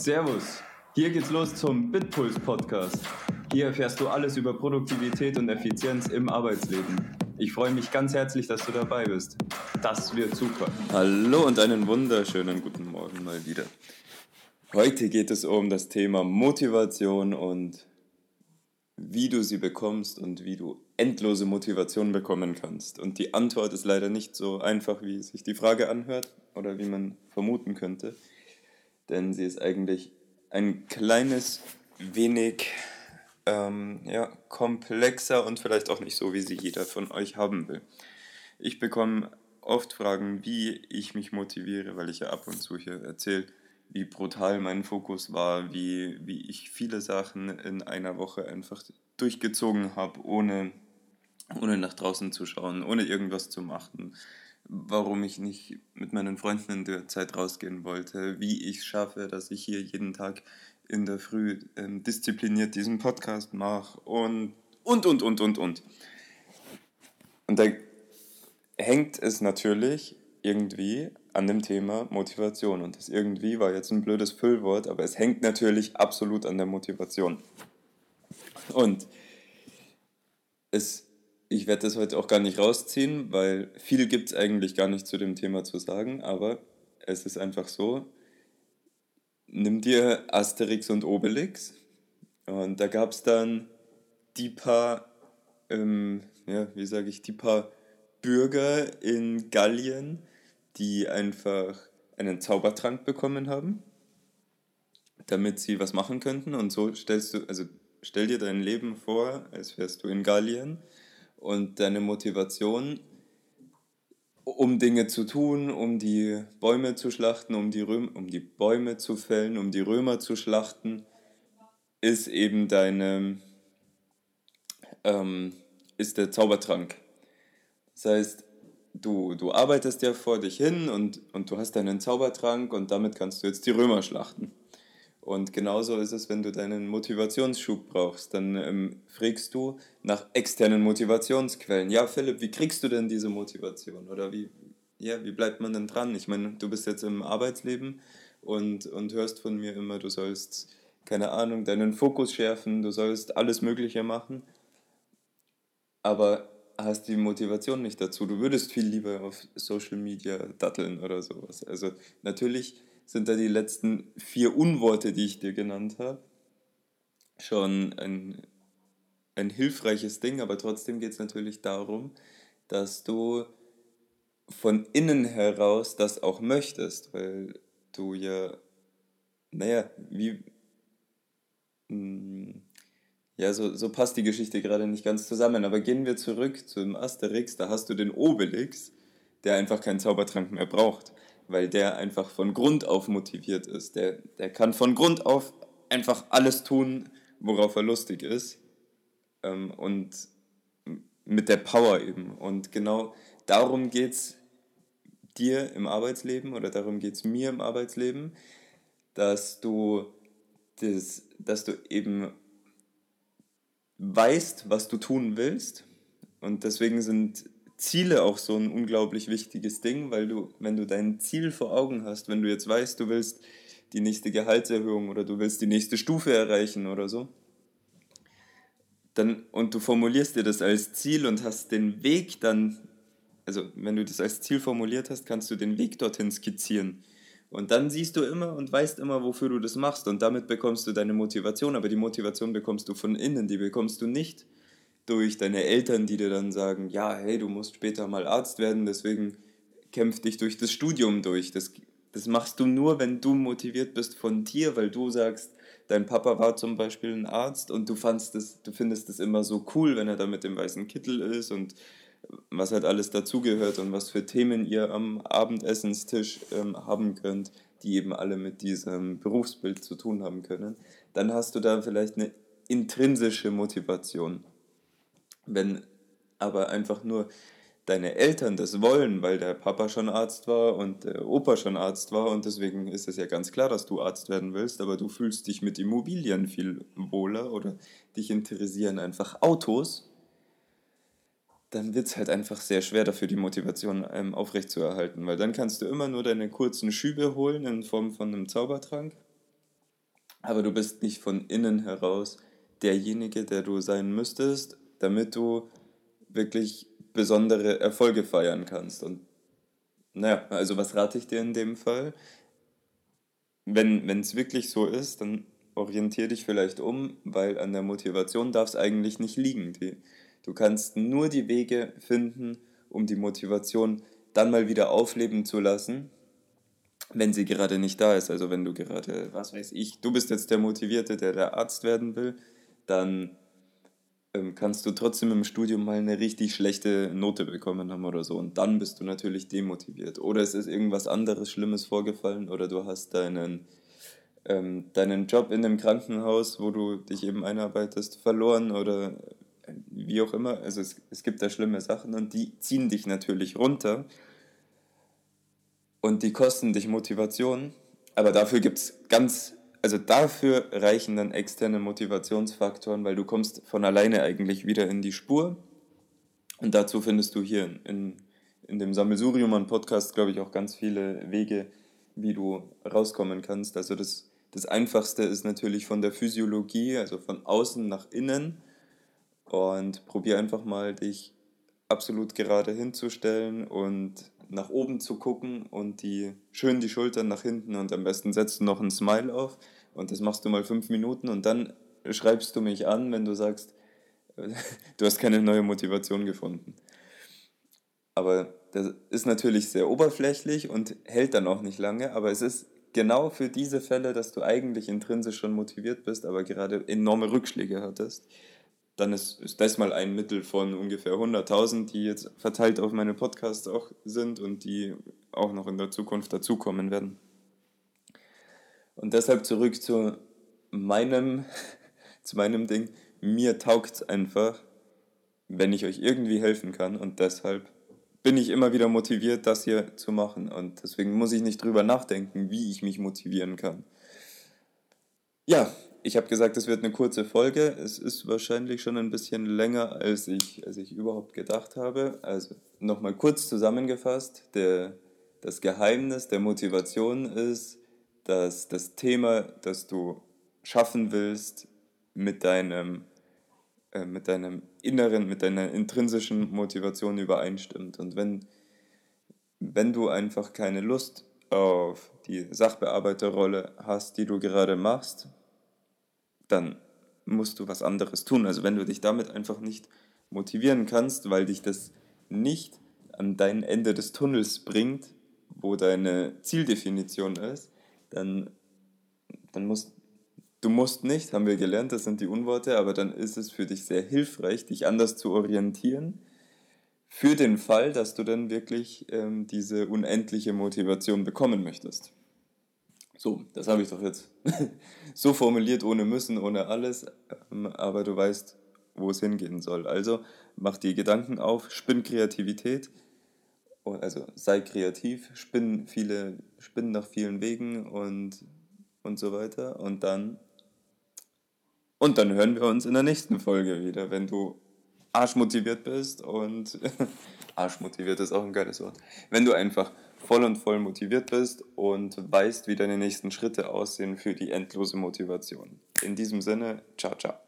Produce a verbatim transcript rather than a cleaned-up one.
Servus, hier geht's los zum Bitpuls Podcast. Hier erfährst du alles über Produktivität und Effizienz im Arbeitsleben. Ich freue mich ganz herzlich, dass du dabei bist. Das wird super. Hallo und einen wunderschönen guten Morgen mal wieder. Heute geht es um das Thema Motivation und wie du sie bekommst und wie du endlose Motivation bekommen kannst. Und die Antwort ist leider nicht so einfach, wie sich die Frage anhört oder wie man vermuten könnte. Denn sie ist eigentlich ein kleines wenig ähm, ja, komplexer und vielleicht auch nicht so, wie sie jeder von euch haben will. Ich bekomme oft Fragen, wie ich mich motiviere, weil ich ja ab und zu hier erzähle, wie brutal mein Fokus war, wie, wie ich viele Sachen in einer Woche einfach durchgezogen habe, ohne, ohne nach draußen zu schauen, ohne irgendwas zu machen, warum ich nicht mit meinen Freunden in der Zeit rausgehen wollte, wie ich es schaffe, dass ich hier jeden Tag in der Früh ähm, diszipliniert diesen Podcast mache und, und, und, und, und, und. Und da hängt es natürlich irgendwie an dem Thema Motivation. Und das irgendwie war jetzt ein blödes Füllwort, aber es hängt natürlich absolut an der Motivation. Und es, ich werde das heute auch gar nicht rausziehen, weil viel gibt es eigentlich gar nicht zu dem Thema zu sagen, aber es ist einfach so, nimm dir Asterix und Obelix und da gab es dann die paar, ähm, ja, wie sage ich, die paar Bürger in Gallien, die einfach einen Zaubertrank bekommen haben, damit sie was machen könnten. Und so stellst du, also stell dir dein Leben vor, als wärst du in Gallien und deine Motivation, um Dinge zu tun, um die Bäume zu schlachten, um die, Röm- um die Bäume zu fällen, um die Römer zu schlachten, ist eben deine, ähm, ist der Zaubertrank. Das heißt, du, du arbeitest ja vor dich hin und, und du hast deinen Zaubertrank und damit kannst du jetzt die Römer schlachten. Und genauso ist es, wenn du deinen Motivationsschub brauchst. Dann ähm, fragst du nach externen Motivationsquellen. Ja, Philipp, wie kriegst du denn diese Motivation? Oder wie, ja, wie bleibt man denn dran? Ich meine, du bist jetzt im Arbeitsleben und, und hörst von mir immer, du sollst, keine Ahnung, deinen Fokus schärfen, du sollst alles Mögliche machen. Aber hast die Motivation nicht dazu. Du würdest viel lieber auf Social Media datteln oder sowas. Also natürlich sind da die letzten vier Unworte, die ich dir genannt habe, schon ein, ein hilfreiches Ding, aber trotzdem geht es natürlich darum, dass du von innen heraus das auch möchtest, weil du ja, naja, wie, mh, ja, so, so passt die Geschichte gerade nicht ganz zusammen. Aber gehen wir zurück zum Asterix. Da hast du den Obelix, der einfach keinen Zaubertrank mehr braucht, weil der einfach von Grund auf motiviert ist. Der, der kann von Grund auf einfach alles tun, worauf er lustig ist. Ähm, und mit der Power eben. Und genau darum geht es dir im Arbeitsleben oder darum geht es mir im Arbeitsleben, dass du, das, dass du eben weißt, was du tun willst. Und deswegen sind Ziele auch so ein unglaublich wichtiges Ding, weil du, wenn du dein Ziel vor Augen hast, wenn du jetzt weißt, du willst die nächste Gehaltserhöhung oder du willst die nächste Stufe erreichen oder so, dann, und du formulierst dir das als Ziel und hast den Weg dann, also wenn du das als Ziel formuliert hast, kannst du den Weg dorthin skizzieren. Und dann siehst du immer und weißt immer, wofür du das machst. Und damit bekommst du deine Motivation. Aber die Motivation bekommst du von innen. Die bekommst du nicht durch deine Eltern, die dir dann sagen, ja, hey, du musst später mal Arzt werden, deswegen kämpf dich durch das Studium durch. Das, das machst du nur, wenn du motiviert bist von dir, weil du sagst, dein Papa war zum Beispiel ein Arzt und du, fandst das, du findest es immer so cool, wenn er da mit dem weißen Kittel ist und was halt alles dazugehört und was für Themen ihr am Abendessenstisch ähm, haben könnt, die eben alle mit diesem Berufsbild zu tun haben können, dann hast du da vielleicht eine intrinsische Motivation. Wenn aber einfach nur deine Eltern das wollen, weil der Papa schon Arzt war und der Opa schon Arzt war und deswegen ist es ja ganz klar, dass du Arzt werden willst, aber du fühlst dich mit Immobilien viel wohler oder dich interessieren einfach Autos, dann wird es halt einfach sehr schwer dafür, die Motivation ähm, aufrechtzuerhalten, weil dann kannst du immer nur deine kurzen Schübe holen in Form von einem Zaubertrank aber du bist nicht von innen heraus derjenige, der du sein müsstest, damit du wirklich besondere Erfolge feiern kannst. Und naja, also was rate ich dir in dem Fall? Wenn wenn es wirklich so ist, dann orientier dich vielleicht um, weil an der Motivation darf es eigentlich nicht liegen. Die, du kannst nur die Wege finden, um die Motivation dann mal wieder aufleben zu lassen, wenn sie gerade nicht da ist. Also wenn du gerade, was weiß ich, du bist jetzt der Motivierte, der der Arzt werden will, dann ähm, kannst du trotzdem im Studium mal eine richtig schlechte Note bekommen haben oder so. Und dann bist du natürlich demotiviert. Oder es ist irgendwas anderes Schlimmes vorgefallen oder du hast deinen, ähm, deinen Job in einem Krankenhaus, wo du dich eben einarbeitest, verloren oder äh, wie auch immer. Also es, es gibt da schlimme Sachen und die ziehen dich natürlich runter und die kosten dich Motivation. Aber dafür gibt es ganz, also dafür reichen dann externe Motivationsfaktoren, weil du kommst von alleine eigentlich wieder in die Spur. Und dazu findest du hier in, in dem Sammelsurium-Podcast, glaube ich, auch ganz viele Wege, wie du rauskommen kannst. Also das, das Einfachste ist natürlich von der Physiologie, also von außen nach innen. Und probier einfach mal, dich absolut gerade hinzustellen und nach oben zu gucken und die schön die Schultern nach hinten und am besten setzt du noch ein Smile auf und das machst du mal fünf Minuten und dann schreibst du mich an, wenn du sagst, du hast keine neue Motivation gefunden. Aber das ist natürlich sehr oberflächlich und hält dann auch nicht lange, aber es ist genau für diese Fälle, dass du eigentlich intrinsisch schon motiviert bist, aber gerade enorme Rückschläge hattest, dann ist, ist das mal ein Mittel von ungefähr hunderttausend, die jetzt verteilt auf meine Podcasts auch sind und die auch noch in der Zukunft dazukommen werden. Und deshalb zurück zu meinem, zu meinem Ding. Mir taugt es einfach, wenn ich euch irgendwie helfen kann und deshalb bin ich immer wieder motiviert, das hier zu machen und deswegen muss ich nicht drüber nachdenken, wie ich mich motivieren kann. Ja, ich habe gesagt, es wird eine kurze Folge. Es ist wahrscheinlich schon ein bisschen länger, als ich, als ich überhaupt gedacht habe. Also nochmal kurz zusammengefasst, der, das Geheimnis der Motivation ist, dass das Thema, das du schaffen willst, mit deinem, äh, mit deinem inneren, mit deiner intrinsischen Motivation übereinstimmt. Und wenn, wenn du einfach keine Lust auf die Sachbearbeiterrolle hast, die du gerade machst, dann musst du was anderes tun. Also wenn du dich damit einfach nicht motivieren kannst, weil dich das nicht an dein Ende des Tunnels bringt, wo deine Zieldefinition ist, dann, dann musst du musst nicht, haben wir gelernt, das sind die Unworte, aber dann ist es für dich sehr hilfreich, dich anders zu orientieren, für den Fall, dass du dann wirklich ähm, diese unendliche Motivation bekommen möchtest. So, das habe ich doch jetzt so formuliert, ohne müssen, ohne alles, ähm, aber du weißt, wo es hingehen soll. Also mach dir Gedanken auf, spinn Kreativität, also sei kreativ, spinn viele, spinn nach vielen Wegen und, und so weiter. Und dann, und dann hören wir uns in der nächsten Folge wieder, wenn du arschmotiviert bist und arschmotiviert ist auch ein geiles Wort. Wenn du einfach voll und voll motiviert bist und weißt, wie deine nächsten Schritte aussehen für die endlose Motivation. In diesem Sinne, ciao, ciao.